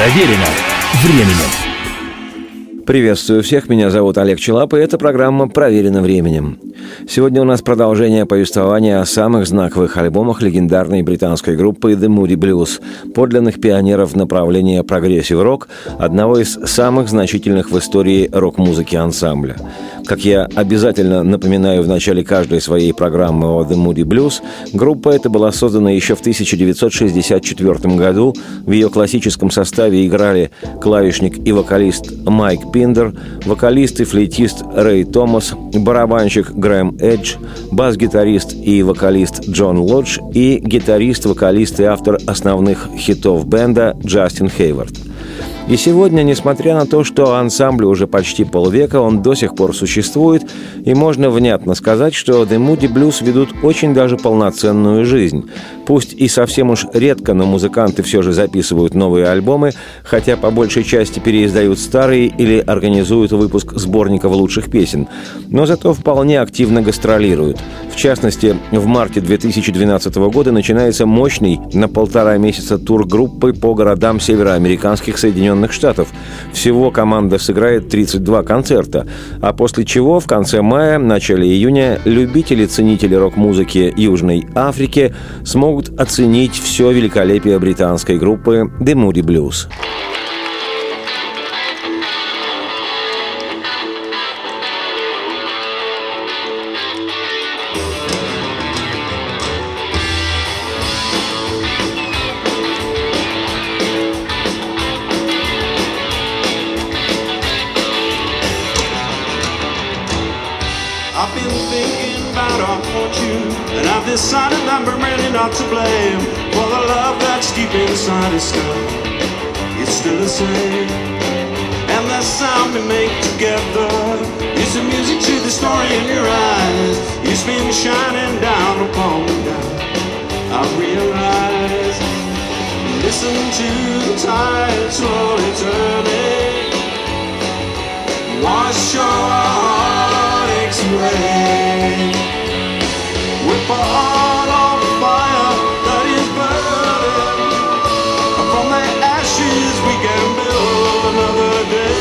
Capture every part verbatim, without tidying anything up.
Проверено временем. Приветствую всех, меня зовут Олег Челап, и эта программа «Проверено временем». Сегодня у нас продолжение повествования о самых знаковых альбомах легендарной британской группы The Moody Blues, подлинных пионеров направления прогрессив-рок, одного из самых значительных в истории рок-музыки ансамбля. Как я обязательно напоминаю в начале каждой своей программы о The Moody Blues, группа эта была создана еще в тысяча девятьсот шестьдесят четвёртом году. В ее классическом составе играли клавишник и вокалист Майк Пиндер, вокалист и флейтист Рэй Томас, барабанщик Грэм Эдж, бас-гитарист и вокалист Джон Лодж и гитарист, вокалист и автор основных хитов бенда Джастин Хейвард. И сегодня, несмотря на то, что ансамблю уже почти полвека, он до сих пор существует, и можно внятно сказать, что The Moody Blues ведут очень даже полноценную жизнь. Пусть и совсем уж редко, но музыканты все же записывают новые альбомы, хотя по большей части переиздают старые или организуют выпуск сборников лучших песен, но зато вполне активно гастролируют. В частности, в марте две тысячи двенадцатого года начинается мощный на полтора месяца тур группы по городам североамериканских Соединенных Штатов. Всего команда сыграет тридцать два концерта, а после чего в конце мая, начале июня любители-ценители рок-музыки Южной Африки смогут оценить все великолепие британской группы The Moody Blues. I've been thinking about our fortune, and I've decided that we're really not to blame for the love that's deep inside us still. It's still the same, and the sound we make together is the music to the story in your eyes. It's been shining down upon me now. I realize, listen to the tide slowly turning. Wash your heartaches away. Whip all of the fire that is burning. From the ashes we can build another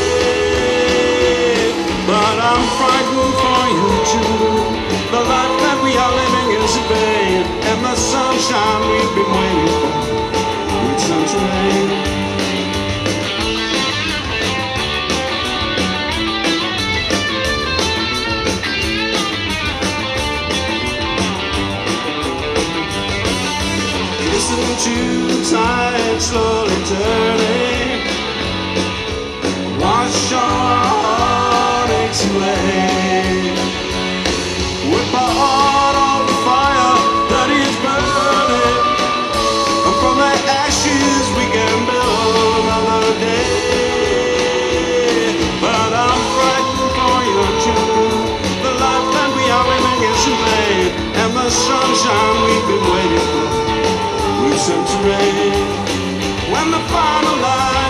day. But I'm frightened for you too. The life that we are living is in vain, and the sunshine we've been waiting for, it's not too late. Listen to the tide slowly turning. Wash your heartaches away. Whip out all the fire that is burning. And from the ashes we can build another day. But I'm frightened for you too. The life that we are living is in vain, and the sunshine we've been waiting for, it's time to rain. When the final light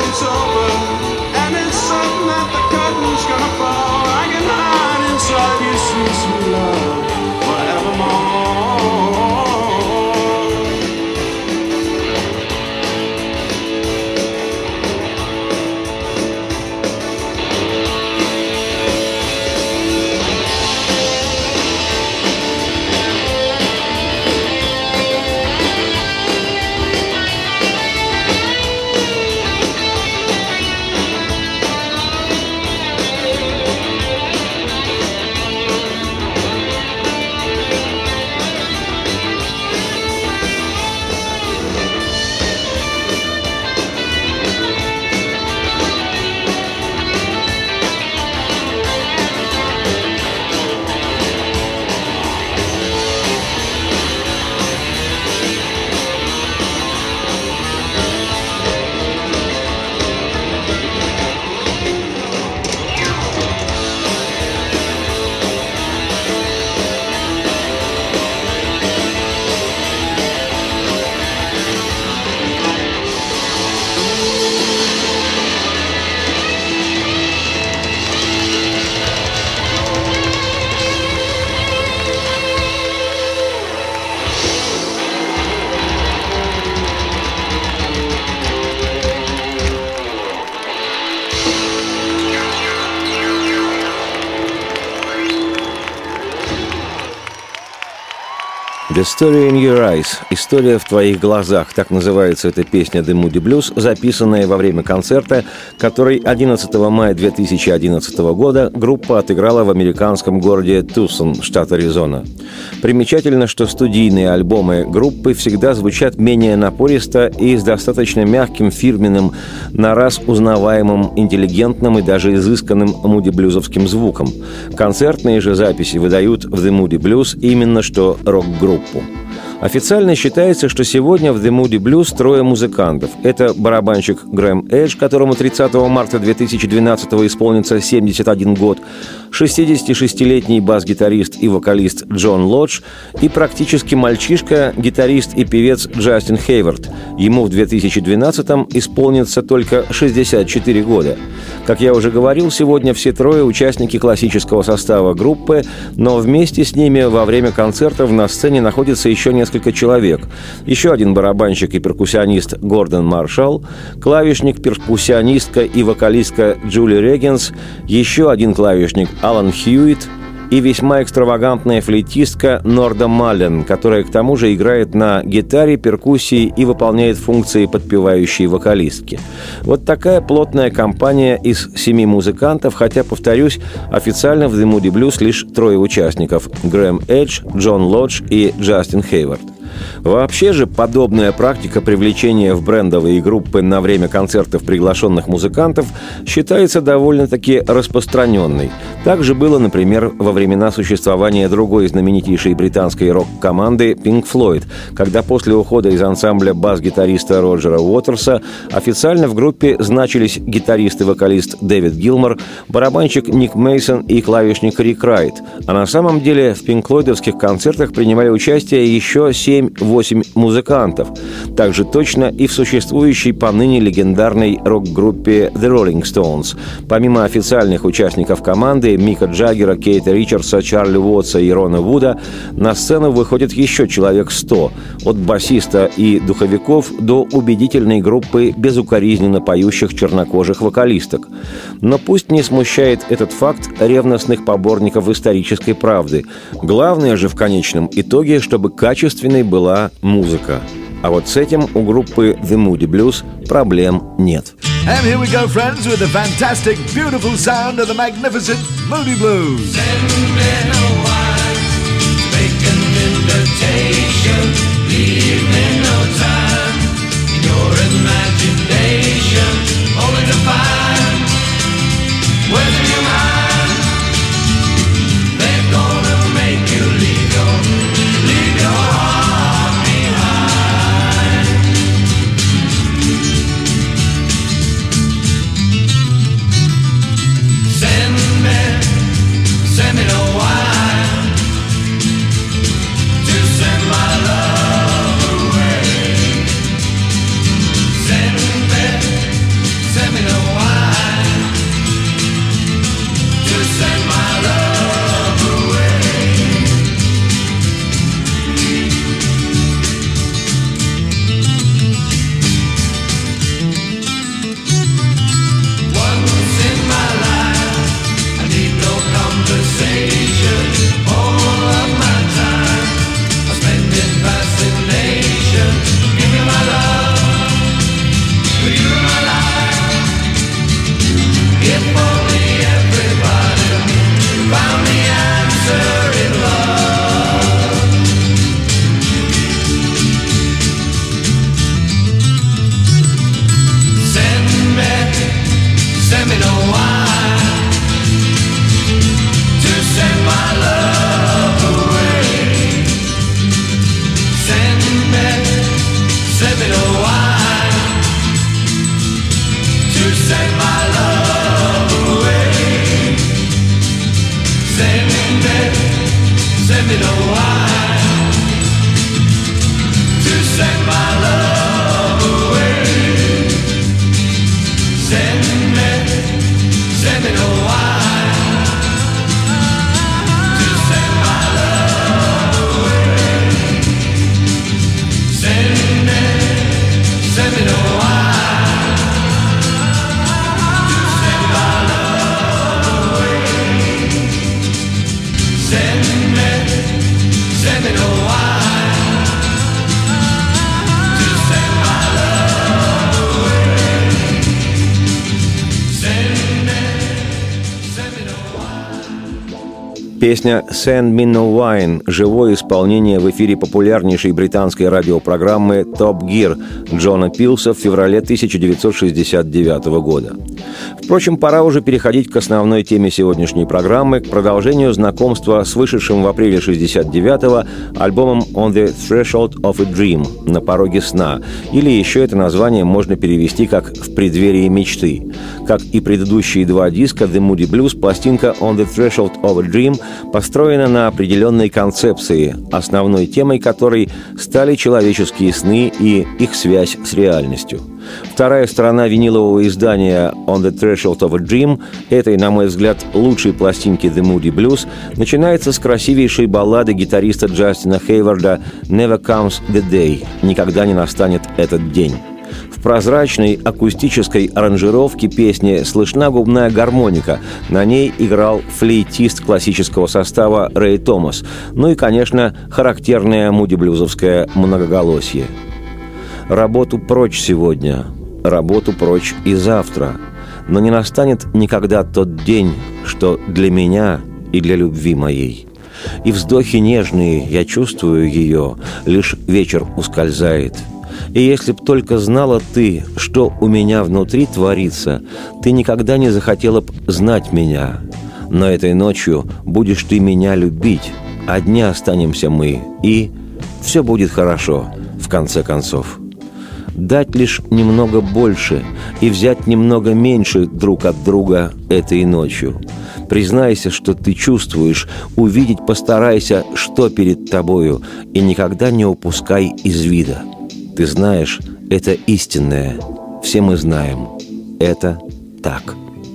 «The Story in Your Eyes» – «История в твоих глазах» – так называется эта песня The Moody Blues, записанная во время концерта, который одиннадцатого мая две тысячи одиннадцатого года группа отыграла в американском городе Тусон, штат Аризона. Примечательно, что студийные альбомы группы всегда звучат менее напористо и с достаточно мягким, фирменным, на раз узнаваемым, интеллигентным и даже изысканным муди-блюзовским звуком. Концертные же записи выдают в The Moody Blues именно что рок-группу. Официально считается, что сегодня в The Moody Blues трое музыкантов. Это барабанщик Грэм Эдж, которому тридцатого марта две тысячи двенадцатого исполнится семьдесят один год, шестидесятишестилетний бас-гитарист и вокалист Джон Лодж и практически мальчишка, гитарист и певец Джастин Хейвард. Ему в две тысячи двенадцатом исполнится только шестьдесят четыре года. Как я уже говорил, сегодня все трое участники классического состава группы, но вместе с ними во время концертов на сцене находится еще несколько человек. Еще один барабанщик и перкуссионист Гордон Маршалл, клавишник, перкуссионистка и вокалистка Джули Регенс, еще один клавишник Алан Хьюитт и весьма экстравагантная флейтистка Норда Маллен, которая к тому же играет на гитаре, перкуссии и выполняет функции подпевающей вокалистки. Вот такая плотная компания из семи музыкантов, хотя, повторюсь, официально в The Moody Blues лишь трое участников – Грэм Эдж, Джон Лодж и Джастин Хейвард. Вообще же подобная практика привлечения в брендовые группы на время концертов приглашенных музыкантов считается довольно-таки распространенной. Так же было, например, во времена существования другой знаменитейшей британской рок-команды Pink Floyd, когда после ухода из ансамбля бас-гитариста Роджера Уотерса официально в группе значились гитарист и вокалист Дэвид Гилмор, барабанщик Ник Мейсон и клавишник Рик Райт. А на самом деле в пинк-флойдовских концертах принимали участие еще семь-восемь музыкантов. Также точно и в существующей поныне легендарной рок-группе The Rolling Stones. Помимо официальных участников команды Мика Джаггера, Кейта Ричардса, Чарли Уотса и Рона Вуда, на сцену выходит еще человек сто. От басиста и духовиков до убедительной группы безукоризненно поющих чернокожих вокалисток. Но пусть не смущает этот факт ревностных поборников исторической правды. Главное же в конечном итоге, чтобы качественной была музыка. А вот с этим у группы The Moody Blues проблем нет. And here we go, friends, with the fantastic, beautiful sound of the magnificent Moody Blues. Send me no wine, make an invitation, leave me no time, in your imagination, only to find where's in your mind. They're gonna make you leave your, leave your heart behind. Send me, send me no wine to send my love away. Send me, send me no wine to send my love away. Once in my life, I need no conversation. All of my time, I spend in fascination. Give me my love, will you my life? If only everybody found the answer in love. Send me, send me no wine to send my love away. Send me, send me no wine to send my love away. Send me, send me no wine to send my love away. Send me, send me no wine to send my love away. Send me, send me no wine to send my love away. Send me, send me no wine. Песня «Send Me No Wine» – живое исполнение в эфире популярнейшей британской радиопрограммы Top Gear Джона Пилса в феврале тысяча девятьсот шестьдесят девятого года. Впрочем, пора уже переходить к основной теме сегодняшней программы, к продолжению знакомства с вышедшим в апреле шестьдесят девятого альбомом «On the Threshold of a Dream» – «На пороге сна», или еще это название можно перевести как «В преддверии мечты». Как и предыдущие два диска «The Moody Blues», пластинка «On the Threshold of a Dream» построена на определенной концепции, основной темой которой стали человеческие сны и их связь с реальностью. Вторая сторона винилового издания «On the Threshold of a Dream», этой, на мой взгляд, лучшей пластинки «The Moody Blues», начинается с красивейшей баллады гитариста Джастина Хейварда «Never Comes the Day» – «Никогда не настанет этот день». В прозрачной акустической аранжировке песни слышна губная гармоника. На ней играл флейтист классического состава Рэй Томас. Ну и, конечно, характерное муди-блюзовское многоголосье. Работу прочь сегодня, работу прочь и завтра. Но не настанет никогда тот день, что для меня и для любви моей. И вздохи нежные, я чувствую ее, лишь вечер ускользает. И если б только знала ты, что у меня внутри творится, ты никогда не захотела б знать меня. Но этой ночью будешь ты меня любить, одни останемся мы, и все будет хорошо, в конце концов. Дать лишь немного больше и взять немного меньше друг от друга этой ночью. Признайся, что ты чувствуешь, увидеть постарайся, что перед тобою, и никогда не упускай из вида. Ты знаешь, это истинное. Все мы знаем. Это так.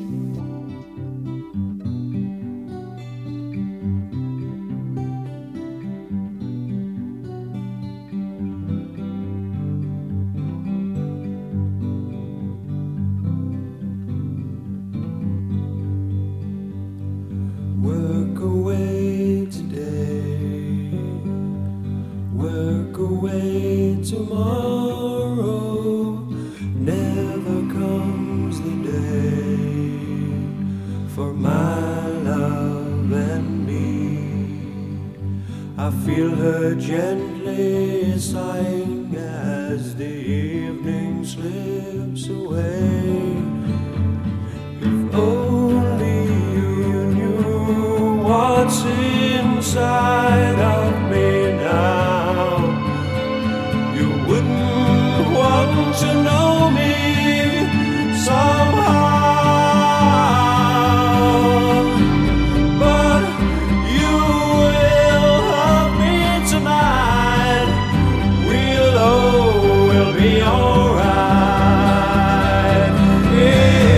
Work away today, work away tomorrow. Never comes the day for my love and me. I feel her gently sighing as the evening slips away. If only what's inside of me now, you wouldn't want to know me somehow, but you will have me tonight. We'll, oh, we'll be alright. Yeah.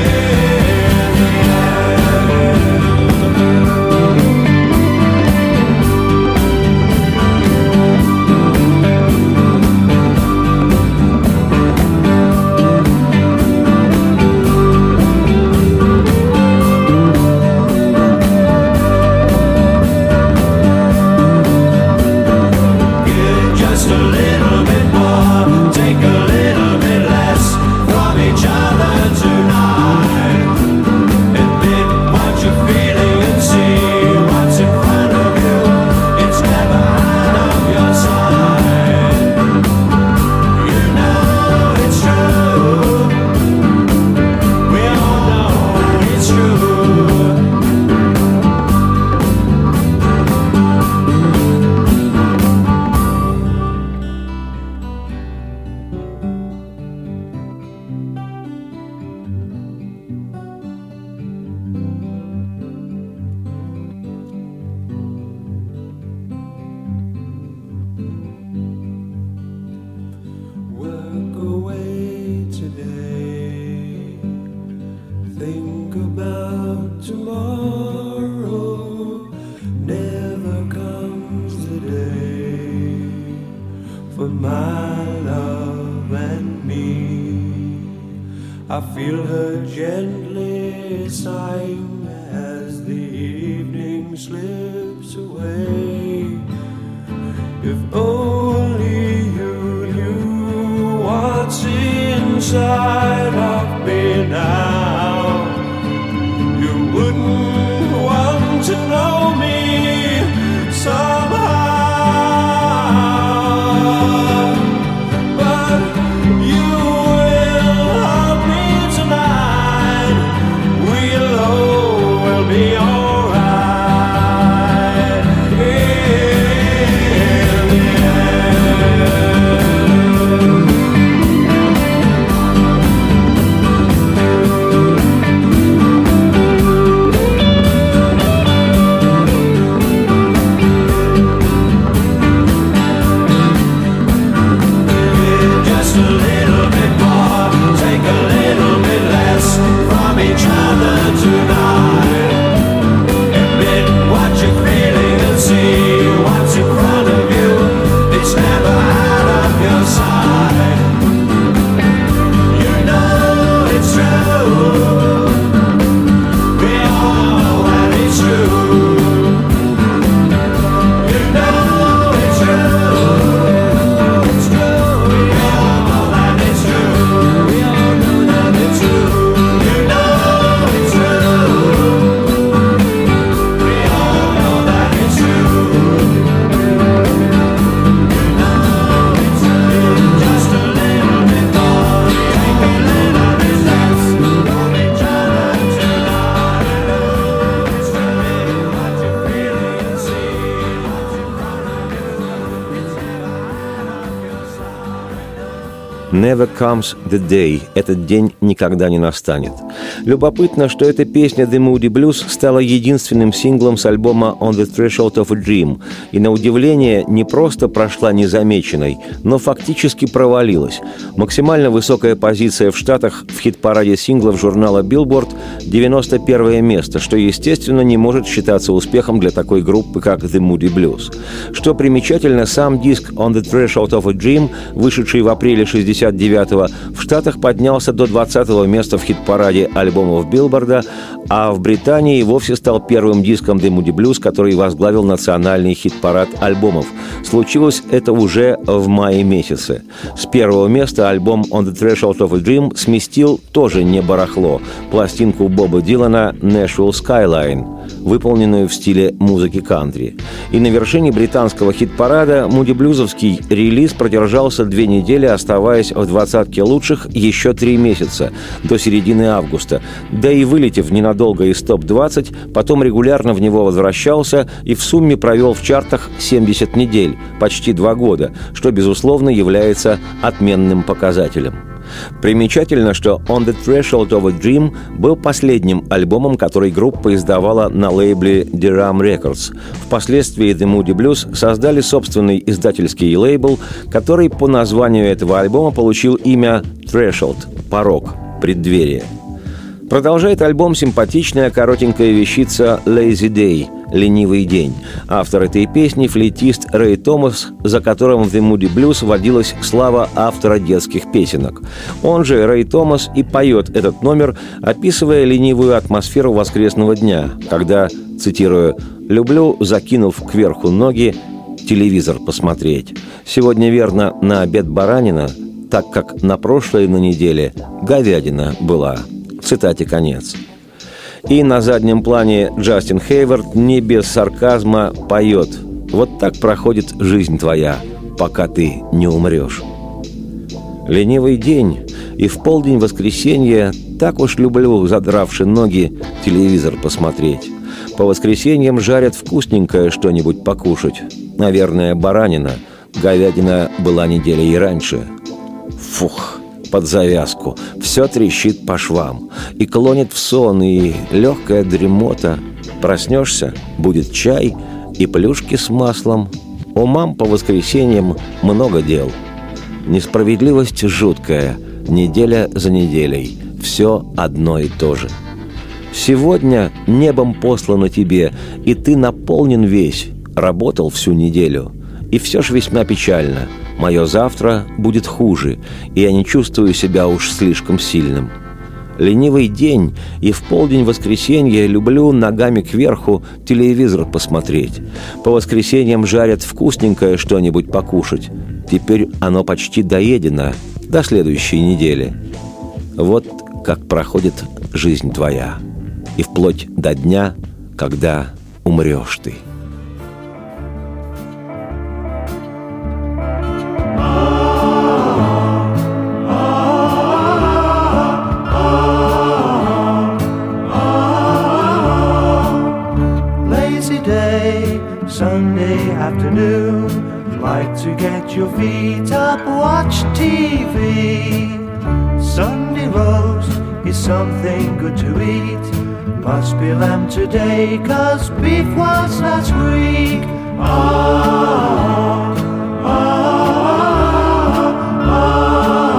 I feel her gently sighing as the evening slips away. If only you knew what's inside of me now, you wouldn't want to know me just a little bit more, take a little bit less from each other tonight. Admit what you're feeling and see what's in front of you. It's never out of your sight. You know it's true. We all know that it's true. You know it's true. It's true. We all know that it's true. We all know that it's true. You know it's true. We all know that it's true. You know it's true. Just a little bit more, take a little bit less from each other tonight. It's true. What you're feeling and see what's in front of you. It's never out of your sight. Never comes the day. Этот день никогда не настанет. Любопытно, что эта песня The Moody Blues стала единственным синглом с альбома On the Threshold of a Dream. И, на удивление, не просто прошла незамеченной, но фактически провалилась. Максимально высокая позиция в Штатах в хит-параде синглов журнала Billboard – девяносто первое место, что, естественно, не может считаться успехом для такой группы, как The Moody Blues. Что примечательно, сам диск On the Threshold of a Dream, вышедший в апреле шестьдесят девятого, в Штатах поднялся до двадцатого места в хит-параде альбомов Билборда, а в Британии вовсе стал первым диском The Moody Blues, который возглавил национальный хит-парад альбомов. Случилось это уже в мае месяце. С первого места альбом On the Threshold of a Dream сместил тоже не барахло – пластинку Боба Дилана «Nashville Skyline», выполненную в стиле музыки кантри. И на вершине британского хит-парада муди-блюзовский релиз продержался две недели, оставаясь в двадцатке лучших еще три месяца, до середины августа. Да и вылетев ненадолго из топ двадцать, потом регулярно в него возвращался и в сумме провел в чартах семьдесят недель, почти два года, что, безусловно, является отменным показателем. Примечательно, что On the Threshold of a Dream был последним альбомом, который группа издавала на лейбле Deram Records. Впоследствии The Moody Blues создали собственный издательский лейбл, который по названию этого альбома получил имя Threshold – порог, преддверие. Продолжает альбом симпатичная коротенькая вещица «Lazy Day» – «Ленивый день». Автор этой песни – флейтист Рэй Томас, за которым в The Moody Blues водилась слава автора детских песенок. Он же, Рэй Томас, и поет этот номер, описывая ленивую атмосферу воскресного дня, когда, цитирую, «люблю, закинув кверху ноги, телевизор посмотреть. Сегодня, верно, на обед баранина, так как на прошлой на неделе говядина была». Цитате конец. И на заднем плане Джастин Хейвард не без сарказма поет: «Вот так проходит жизнь твоя, пока ты не умрешь». Ленивый день, и в полдень воскресенья так уж люблю, задравши ноги, телевизор посмотреть. По воскресеньям жарят вкусненькое что-нибудь покушать. Наверное, баранина, говядина была неделей и раньше. Фух! Под завязку. Все трещит по швам. И клонит в сон, и легкая дремота. Проснешься, будет чай и плюшки с маслом. У мам по воскресеньям много дел. Несправедливость жуткая. Неделя за неделей. Все одно и то же. Сегодня небом послано тебе, и ты наполнен весь. Работал всю неделю. И все ж весьма печально. Мое завтра будет хуже, и я не чувствую себя уж слишком сильным. Ленивый день, и в полдень воскресенья люблю ногами кверху телевизор посмотреть. По воскресеньям жарят вкусненькое что-нибудь покушать. Теперь оно почти доедено до следующей недели. Вот как проходит жизнь твоя, и вплоть до дня, когда умрешь ты. Sunday afternoon, like to get your feet up, watch T V. Sunday roast is something good to eat. Must be lamb today, cause beef was last week. Ah, ah, ah, ah.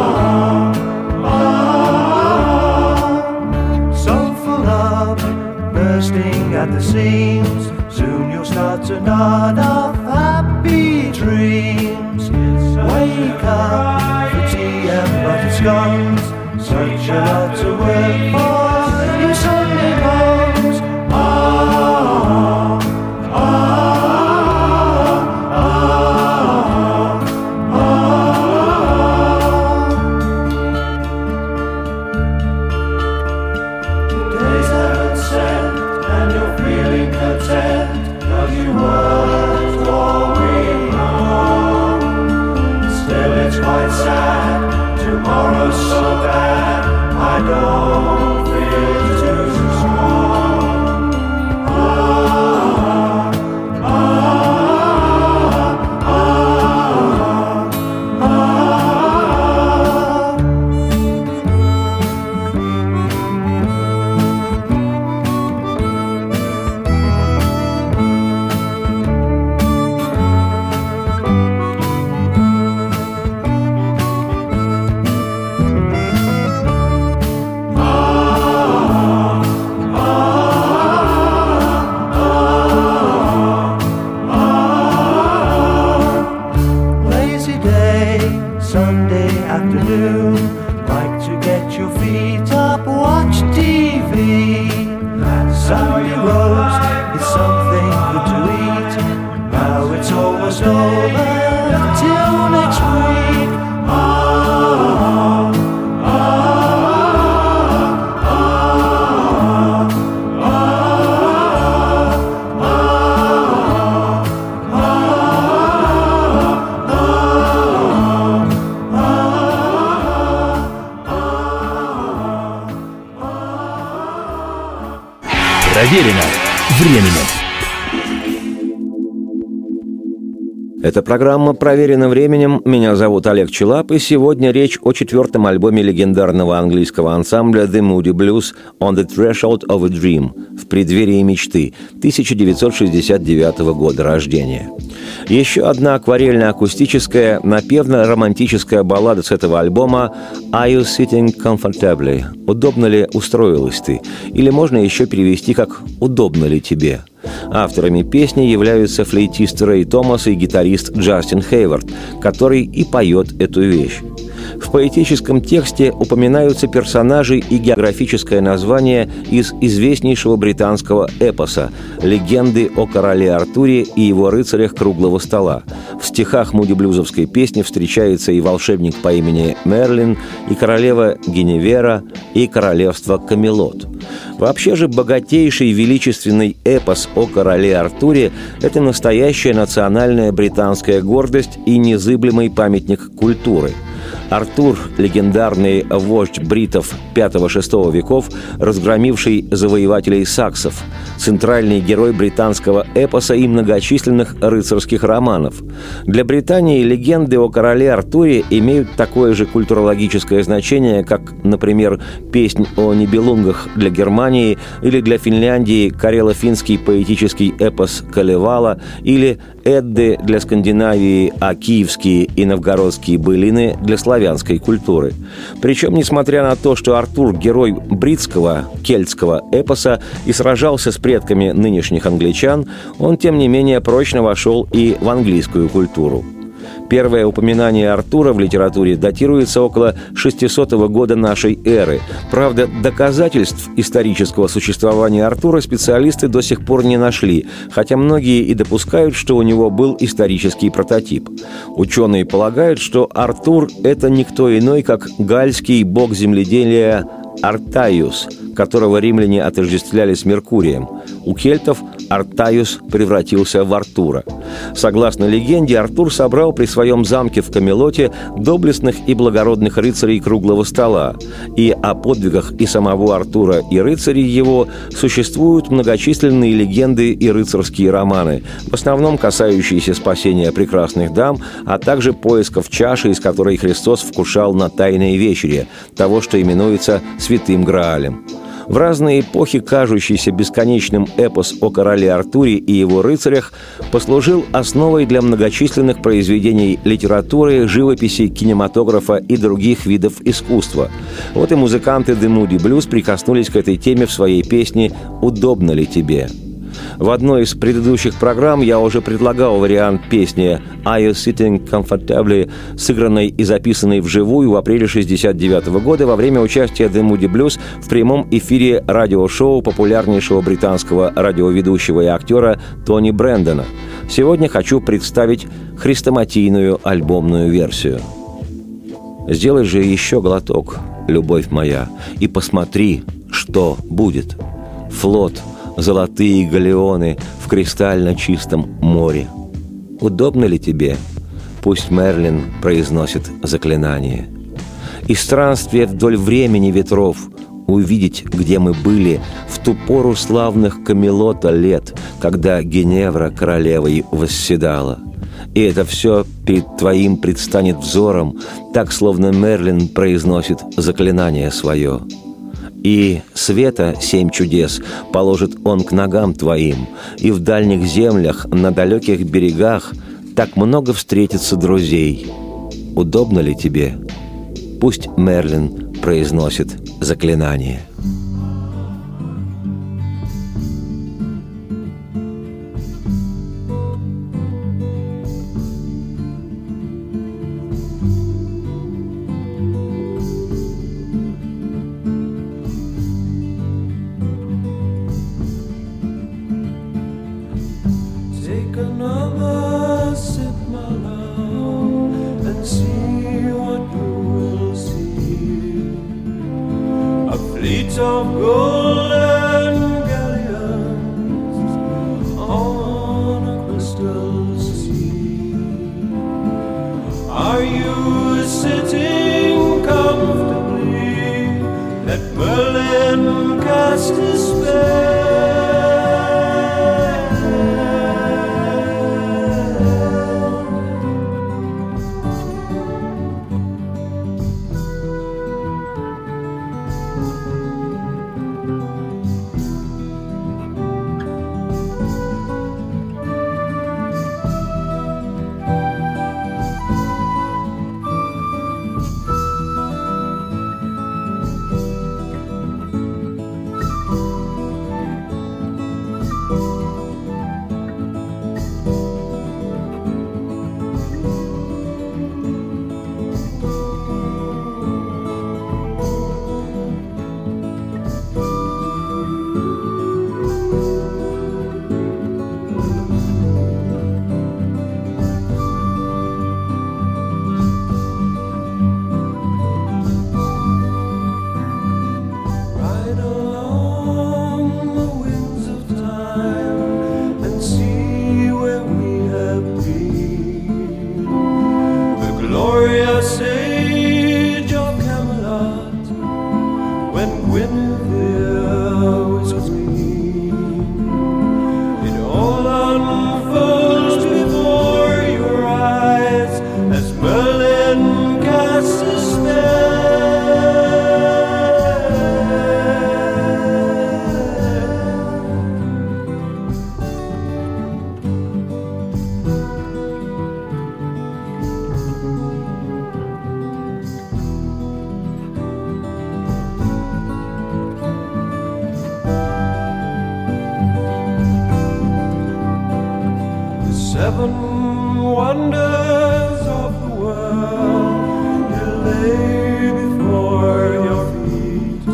wake up for tea and buttered scones. Such a lot to work for, you Sunday bones. Ah, ah, ah, ah, ah. The days haven't set and you're feeling content, 'cause you worked all week long. Still it's quite sad, tomorrow's so bad, I don't feel too strong. Ah, ah, ah, ah, ah. Lazy day, Sunday afternoon, like to get your feet up, watch T V. Sunday roast is something good to eat. Now it's almost over, till next week. Ah, ah, ah, ah, ah, Проверено временем. Эта программа «Проверена временем». Меня зовут Олег Челап, и сегодня речь о четвертом альбоме легендарного английского ансамбля The Moody Blues «On the Threshold of a Dream» в преддверии мечты тысяча девятьсот шестьдесят девятого года рождения. Еще одна акварельно-акустическая, напевно-романтическая баллада с этого альбома «Are you sitting comfortably?» «Удобно ли устроилась ты?» Или можно еще перевести как «Удобно ли тебе?». Авторами песни являются флейтист Рэй Томас и гитарист Джастин Хейвард, который и поет эту вещь. В поэтическом тексте упоминаются персонажи и географическое название из известнейшего британского эпоса «Легенды о короле Артуре и его рыцарях круглого стола». В стихах муди-блюзовской песни встречается и волшебник по имени Мерлин, и королева Гиневера, и королевство Камелот. Вообще же богатейший величественный эпос о короле Артуре – это настоящая национальная британская гордость и незыблемый памятник культуры. Артур – легендарный вождь бритов пятого-шестого веков, разгромивший завоевателей саксов, центральный герой британского эпоса и многочисленных рыцарских романов. Для Британии легенды о короле Артуре имеют такое же культурологическое значение, как, например, песнь о Нибелунгах для Германии или для Финляндии карело-финский поэтический эпос Калевала или Эдды для Скандинавии, а киевские и новгородские былины для славянской культуры. Причем, несмотря на то, что Артур – герой бритского, кельтского эпоса и сражался с предками нынешних англичан, он, тем не менее, прочно вошел и в английскую культуру. Первое упоминание Артура в литературе датируется около шестисотого года нашей эры. Правда, доказательств исторического существования Артура специалисты до сих пор не нашли, хотя многие и допускают, что у него был исторический прототип. Ученые полагают, что Артур – это никто иной, как гальский бог земледелия Артайус, которого римляне отождествляли с Меркурием. У кельтов Артайус превратился в Артура. Согласно легенде, Артур собрал при своем замке в Камелоте доблестных и благородных рыцарей круглого стола. И о подвигах и самого Артура, и рыцарей его существуют многочисленные легенды и рыцарские романы, в основном касающиеся спасения прекрасных дам, а также поисков чаши, из которой Христос вкушал на Тайной вечере, того, что именуется Святым Граалем. В разные эпохи кажущийся бесконечным эпос о короле Артуре и его рыцарях послужил основой для многочисленных произведений литературы, живописи, кинематографа и других видов искусства. Вот и музыканты The Moody Blues прикоснулись к этой теме в своей песне «Удобно ли тебе?». В одной из предыдущих программ я уже предлагал вариант песни «Are You Sitting Comfortably», сыгранной и записанной вживую в апреле шестьдесят девятого года во время участия The Moody Blues в прямом эфире радиошоу популярнейшего британского радиоведущего и актера Тони Брэндона. Сегодня хочу представить хрестоматийную альбомную версию. Сделай же еще глоток, любовь моя, и посмотри, что будет. Флот, золотые галеоны в кристально чистом море. Удобно ли тебе? Пусть Мерлин произносит заклинание. И странствие вдоль времени ветров увидеть, где мы были в ту пору славных Камелота лет, когда Геневра королевой восседала. И это все перед твоим предстанет взором, так, словно Мерлин произносит заклинание свое. И света семь чудес положит он к ногам твоим, и в дальних землях, на далеких берегах так много встретится друзей. Удобно ли тебе? Пусть Мерлин произносит заклинание. Of golden galleons on a crystal sea. Are you sitting comfortably? Let Merlin cast his spell. Seven wonders of the world you lay before your feet.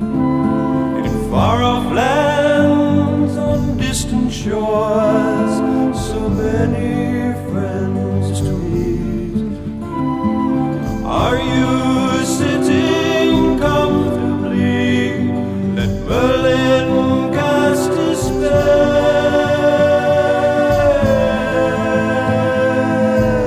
In far-off lands, on distant shores, so many friends to meet. Are you sitting comfortably? Let Merlin cast his spell.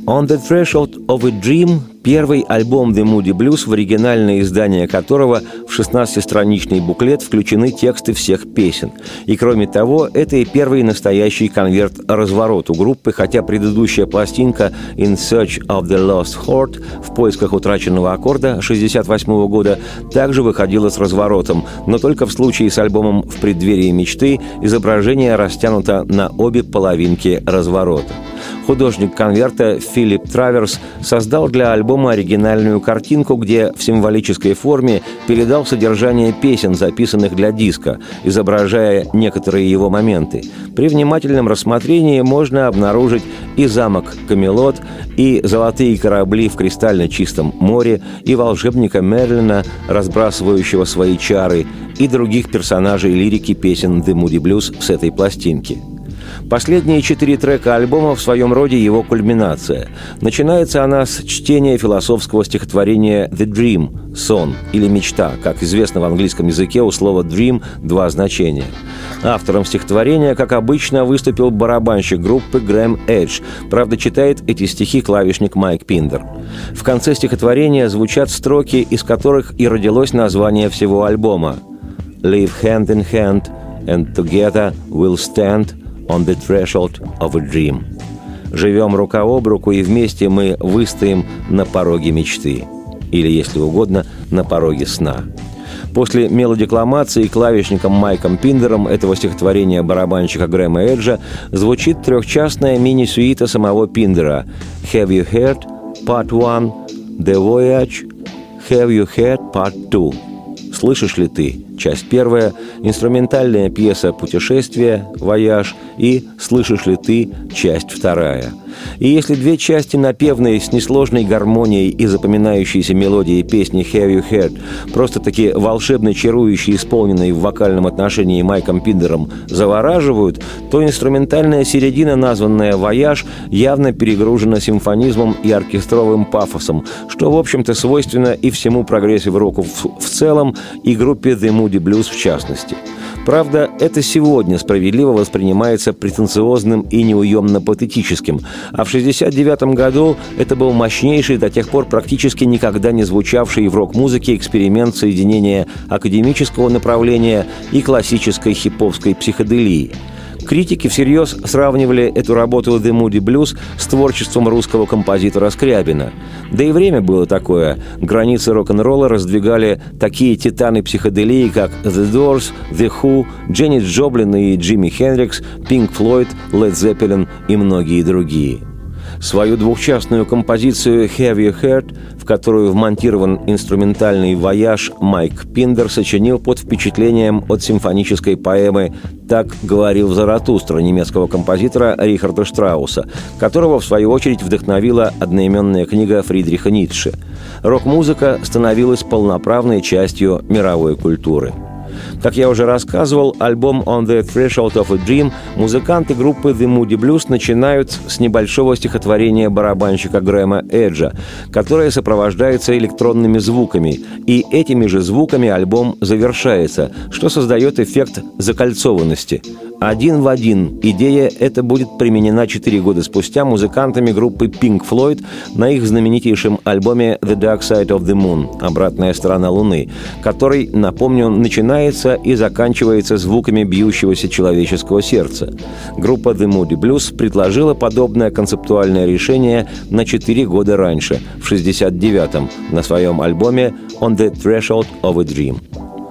«On the Threshold of a Dream» — первый альбом The Moody Blues, в оригинальное издание которого в шестнадцатистраничный буклет включены тексты всех песен. И кроме того, это и первый настоящий конверт-разворот у группы, хотя предыдущая пластинка «In Search of the Lost Chord» в поисках утраченного аккорда шестьдесят восьмого года также выходила с разворотом, но только в случае с альбомом «В преддверии мечты» изображение растянуто на обе половинки разворота. Художник конверта Филипп Траверс создал для альбома оригинальную картинку, где в символической форме передал содержание песен, записанных для диска, изображая некоторые его моменты. При внимательном рассмотрении можно обнаружить и замок Камелот, и золотые корабли в кристально чистом море, и волшебника Мерлина, разбрасывающего свои чары, и других персонажей лирики песен The Moody Blues с этой пластинки. Последние четыре трека альбома в своем роде его кульминация. Начинается она с чтения философского стихотворения «The Dream» — «сон» или «мечта». Как известно, в английском языке у слова «dream» два значения. Автором стихотворения, как обычно, выступил барабанщик группы Грэм Эдж. Правда, читает эти стихи клавишник Майк Пиндер. В конце стихотворения звучат строки, из которых и родилось название всего альбома. «Live hand in hand, and together we'll stand on the threshold of a dream». «Живем рука об руку, и вместе мы выстоим на пороге мечты». Или, если угодно, на пороге сна. После мелодикламации клавишником Майком Пиндером этого стихотворения барабанщика Грэма Эджа звучит трехчастная мини-сюита самого Пиндера «Have you heard? Part one, The Voyage, Have you heard? Part two». «Слышишь ли ты?» Часть первая, инструментальная пьеса «Путешествие», «Вояж» и «Слышишь ли ты?» Часть вторая. И если две части напевные с несложной гармонией и запоминающейся мелодией песни «Have you heard», просто-таки волшебно чарующие, исполненные в вокальном отношении Майком Пиндером, завораживают, то инструментальная середина, названная «Вояж», явно перегружена симфонизмом и оркестровым пафосом, что, в общем-то, свойственно и всему прогрессив-року в, в целом, и группе The Moody Blues в частности. Правда, это сегодня справедливо воспринимается претенциозным и неуемно-патетическим, а в шестьдесят девятом году это был мощнейший, до тех пор практически никогда не звучавший в рок-музыке эксперимент соединения академического направления и классической хиповской психоделии. Критики всерьез сравнивали эту работу The Moody Blues с творчеством русского композитора Скрябина. Да и время было такое. Границы рок-н-ролла раздвигали такие титаны психоделии, как The Doors, The Who, Дженнис Джоплин и Джимми Хендрикс, Pink Floyd, Led Zeppelin и многие другие. Свою двухчастную композицию «Have You Heard», в которую вмонтирован инструментальный «Вояж», Майк Пиндер сочинил под впечатлением от симфонической поэмы «Так говорил Заратустра» немецкого композитора Рихарда Штрауса, которого, в свою очередь, вдохновила одноименная книга Фридриха Ницше. Рок-музыка становилась полноправной частью мировой культуры. Как я уже рассказывал, альбом «On the Threshold of a Dream» музыканты группы The Moody Blues начинают с небольшого стихотворения барабанщика Грэма Эджа, которое сопровождается электронными звуками, и этими же звуками альбом завершается, что создает эффект закольцованности. Один в один идея эта будет применена четыре года спустя музыкантами группы Pink Floyd на их знаменитейшем альбоме «The Dark Side of the Moon» — «Обратная сторона Луны», который, напомню, начинается и заканчивается звуками бьющегося человеческого сердца. Группа The Moody Blues предложила подобное концептуальное решение на четыре года раньше, в шестьдесят девятом, на своем альбоме «On the Threshold of a Dream».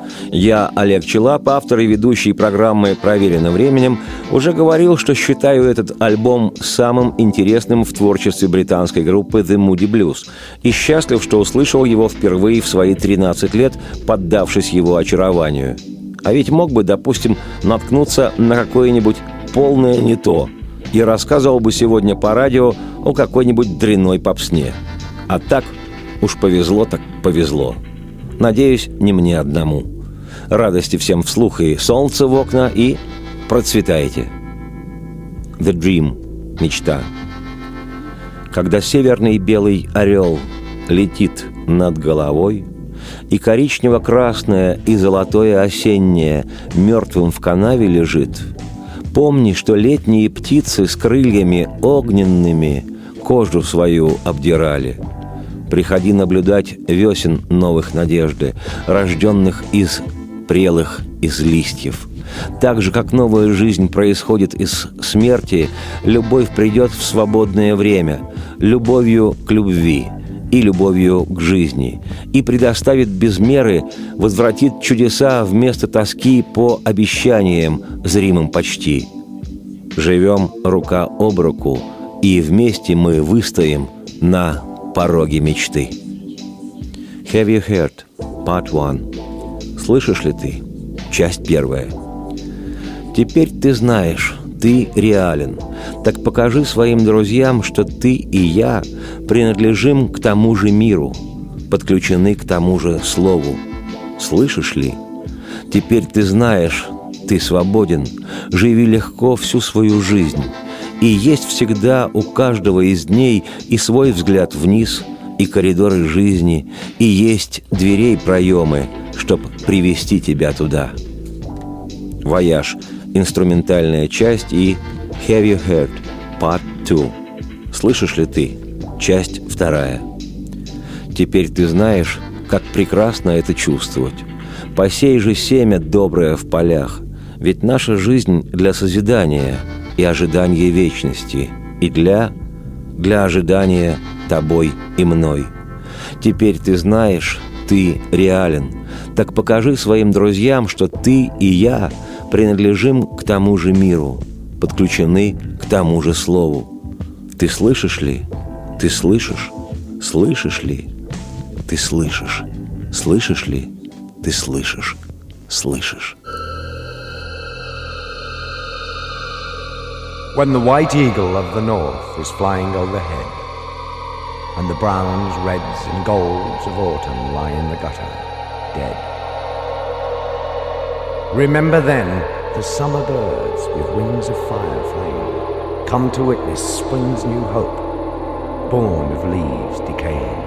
Я, Олег Челап, автор и ведущий программы «Проверено временем», уже говорил, что считаю этот альбом самым интересным в творчестве британской группы The Moody Blues, и счастлив, что услышал его впервые в свои тринадцать лет, поддавшись его очарованию. А ведь мог бы, допустим, наткнуться на какое-нибудь полное не то, и рассказывал бы сегодня по радио о какой-нибудь дрянной попсне. А так уж повезло так повезло. Надеюсь, не мне одному. Радости всем вслух и солнце в окна, и процветайте. The Dream. Мечта. Когда северный белый орел летит над головой, и коричнево-красное и золотое осеннее мертвым в канаве лежит, помни, что летние птицы с крыльями огненными кожу свою обдирали. Приходи наблюдать весен новых надежды, рожденных из прелых, из листьев. Так же, как новая жизнь происходит из смерти, любовь придет в свободное время, любовью к любви и любовью к жизни, и предоставит без меры, возвратит чудеса вместо тоски по обещаниям, зримым почти. Живем рука об руку, и вместе мы выстоим на пороге мечты. Have you heard? Part one. Слышишь ли ты? Часть первая. Теперь ты знаешь, ты реален. Так покажи своим друзьям, что ты и я принадлежим к тому же миру, подключены к тому же слову. Слышишь ли? Теперь ты знаешь, ты свободен, живи легко всю свою жизнь. И есть всегда у каждого из дней и свой взгляд вниз, и коридоры жизни, и есть дверей проемы, чтоб привести тебя туда. «Вояж» — инструментальная часть, и «Have you heard?» Part two. «Слышишь ли ты?» Часть вторая. Теперь ты знаешь, как прекрасно это чувствовать. Посей же семя доброе в полях, ведь наша жизнь для созидания и ожидания вечности, и для, для ожидания тобой и мной. Теперь ты знаешь, ты реален. Так покажи своим друзьям, что ты и я принадлежим к тому же миру, подключены к тому же слову. Ты слышишь ли? Ты слышишь? Слышишь ли? Ты слышишь? Слышишь ли? Ты слышишь? Слышишь? When the white eagle of the north is flying overhead, and the browns, reds, and golds of autumn lie in the gutter, dead. Remember then the summer birds with wings of fire flame come to witness spring's new hope, born of leaves decaying.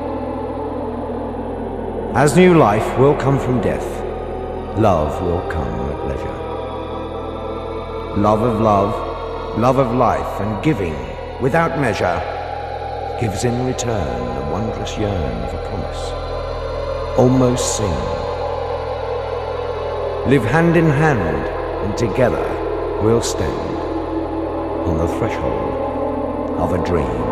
As new life will come from death, love will come at leisure. Love of love, love of life, and giving without measure gives in return the wondrous yearn of a promise. Almost sing. Live hand in hand, and together we'll stand on the threshold of a dream.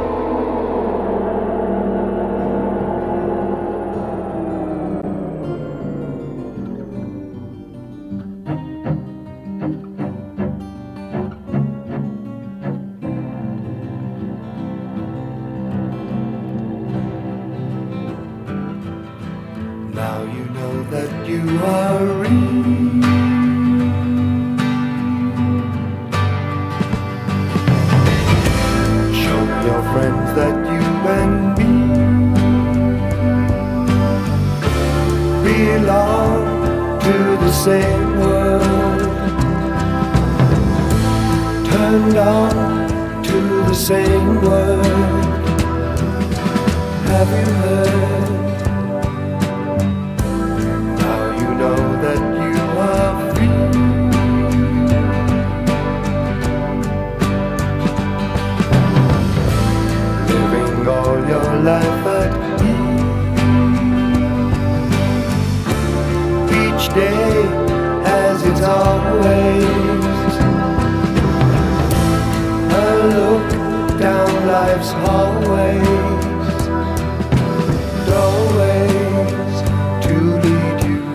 Now you know that you are real. Show your friends that you and me belong to the same world, turned on to the same word. Have you heard? Know that you are free. Living all your life at ease. Each day has its own ways. A look down life's hallways, doorways to lead you.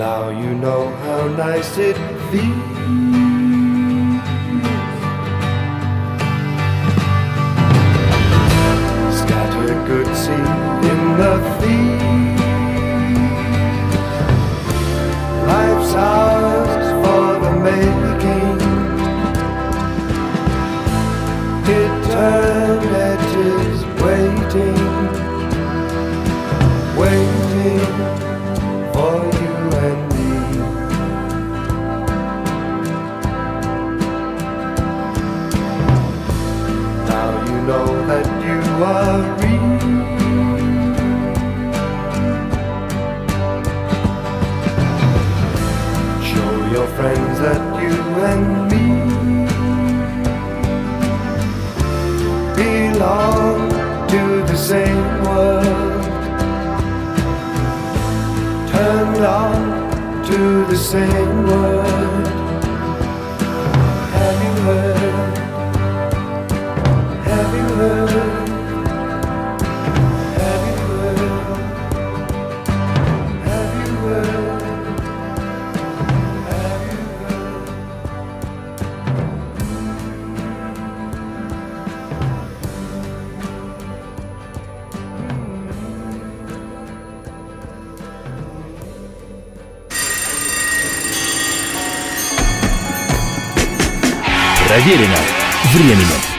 Now you know how nice it feels. Scatter good seed in the field. Life's ours for the making. Eternity's waiting, waiting for you and me. Now you know that you are real. Show your friends that you and me belong to the same world, turned on to the same word. Have you heard? Have you heard? Have you heard? Have you heard? Have you heard? Проверено временем.